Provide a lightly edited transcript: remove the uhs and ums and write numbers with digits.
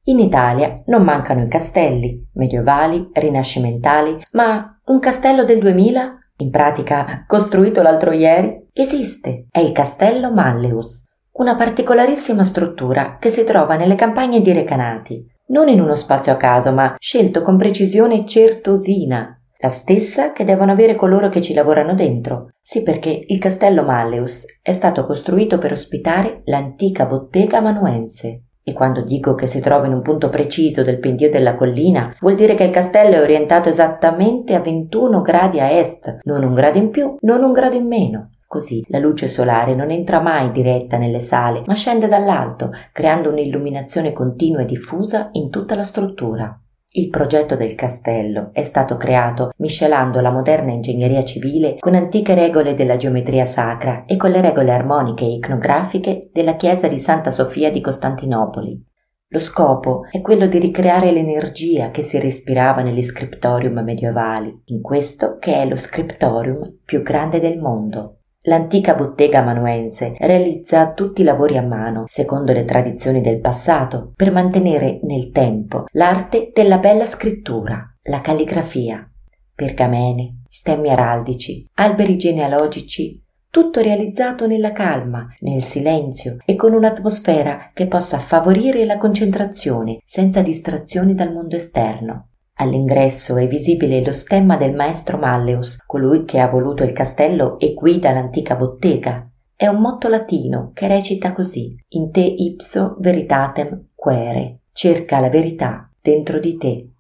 In Italia non mancano i castelli, medievali, rinascimentali, ma un castello del 2000, in pratica costruito l'altro ieri, esiste. È il Castello Malleus, una particolarissima struttura che si trova nelle campagne di Recanati, non in uno spazio a caso, ma scelto con precisione certosina, la stessa che devono avere coloro che ci lavorano dentro. Sì, perché il Castello Malleus è stato costruito per ospitare l'antica bottega amanuense. E quando dico che si trova in un punto preciso del pendio della collina, vuol dire che il castello è orientato esattamente a 21 gradi a est, non un grado in più, non un grado in meno. Così la luce solare non entra mai diretta nelle sale, ma scende dall'alto, creando un'illuminazione continua e diffusa in tutta la struttura. Il progetto del castello è stato creato miscelando la moderna ingegneria civile con antiche regole della geometria sacra e con le regole armoniche e iconografiche della chiesa di Santa Sofia di Costantinopoli. Lo scopo è quello di ricreare l'energia che si respirava negli scriptorium medievali, in questo che è lo scriptorium più grande del mondo. L'antica bottega amanuense realizza tutti i lavori a mano, secondo le tradizioni del passato, per mantenere nel tempo l'arte della bella scrittura, la calligrafia. Pergamene, stemmi araldici, alberi genealogici, tutto realizzato nella calma, nel silenzio e con un'atmosfera che possa favorire la concentrazione senza distrazioni dal mondo esterno. All'ingresso è visibile lo stemma del maestro Malleus, colui che ha voluto il castello e guida l'antica bottega. È un motto latino che recita così: In te ipso veritatem quere, cerca la verità dentro di te.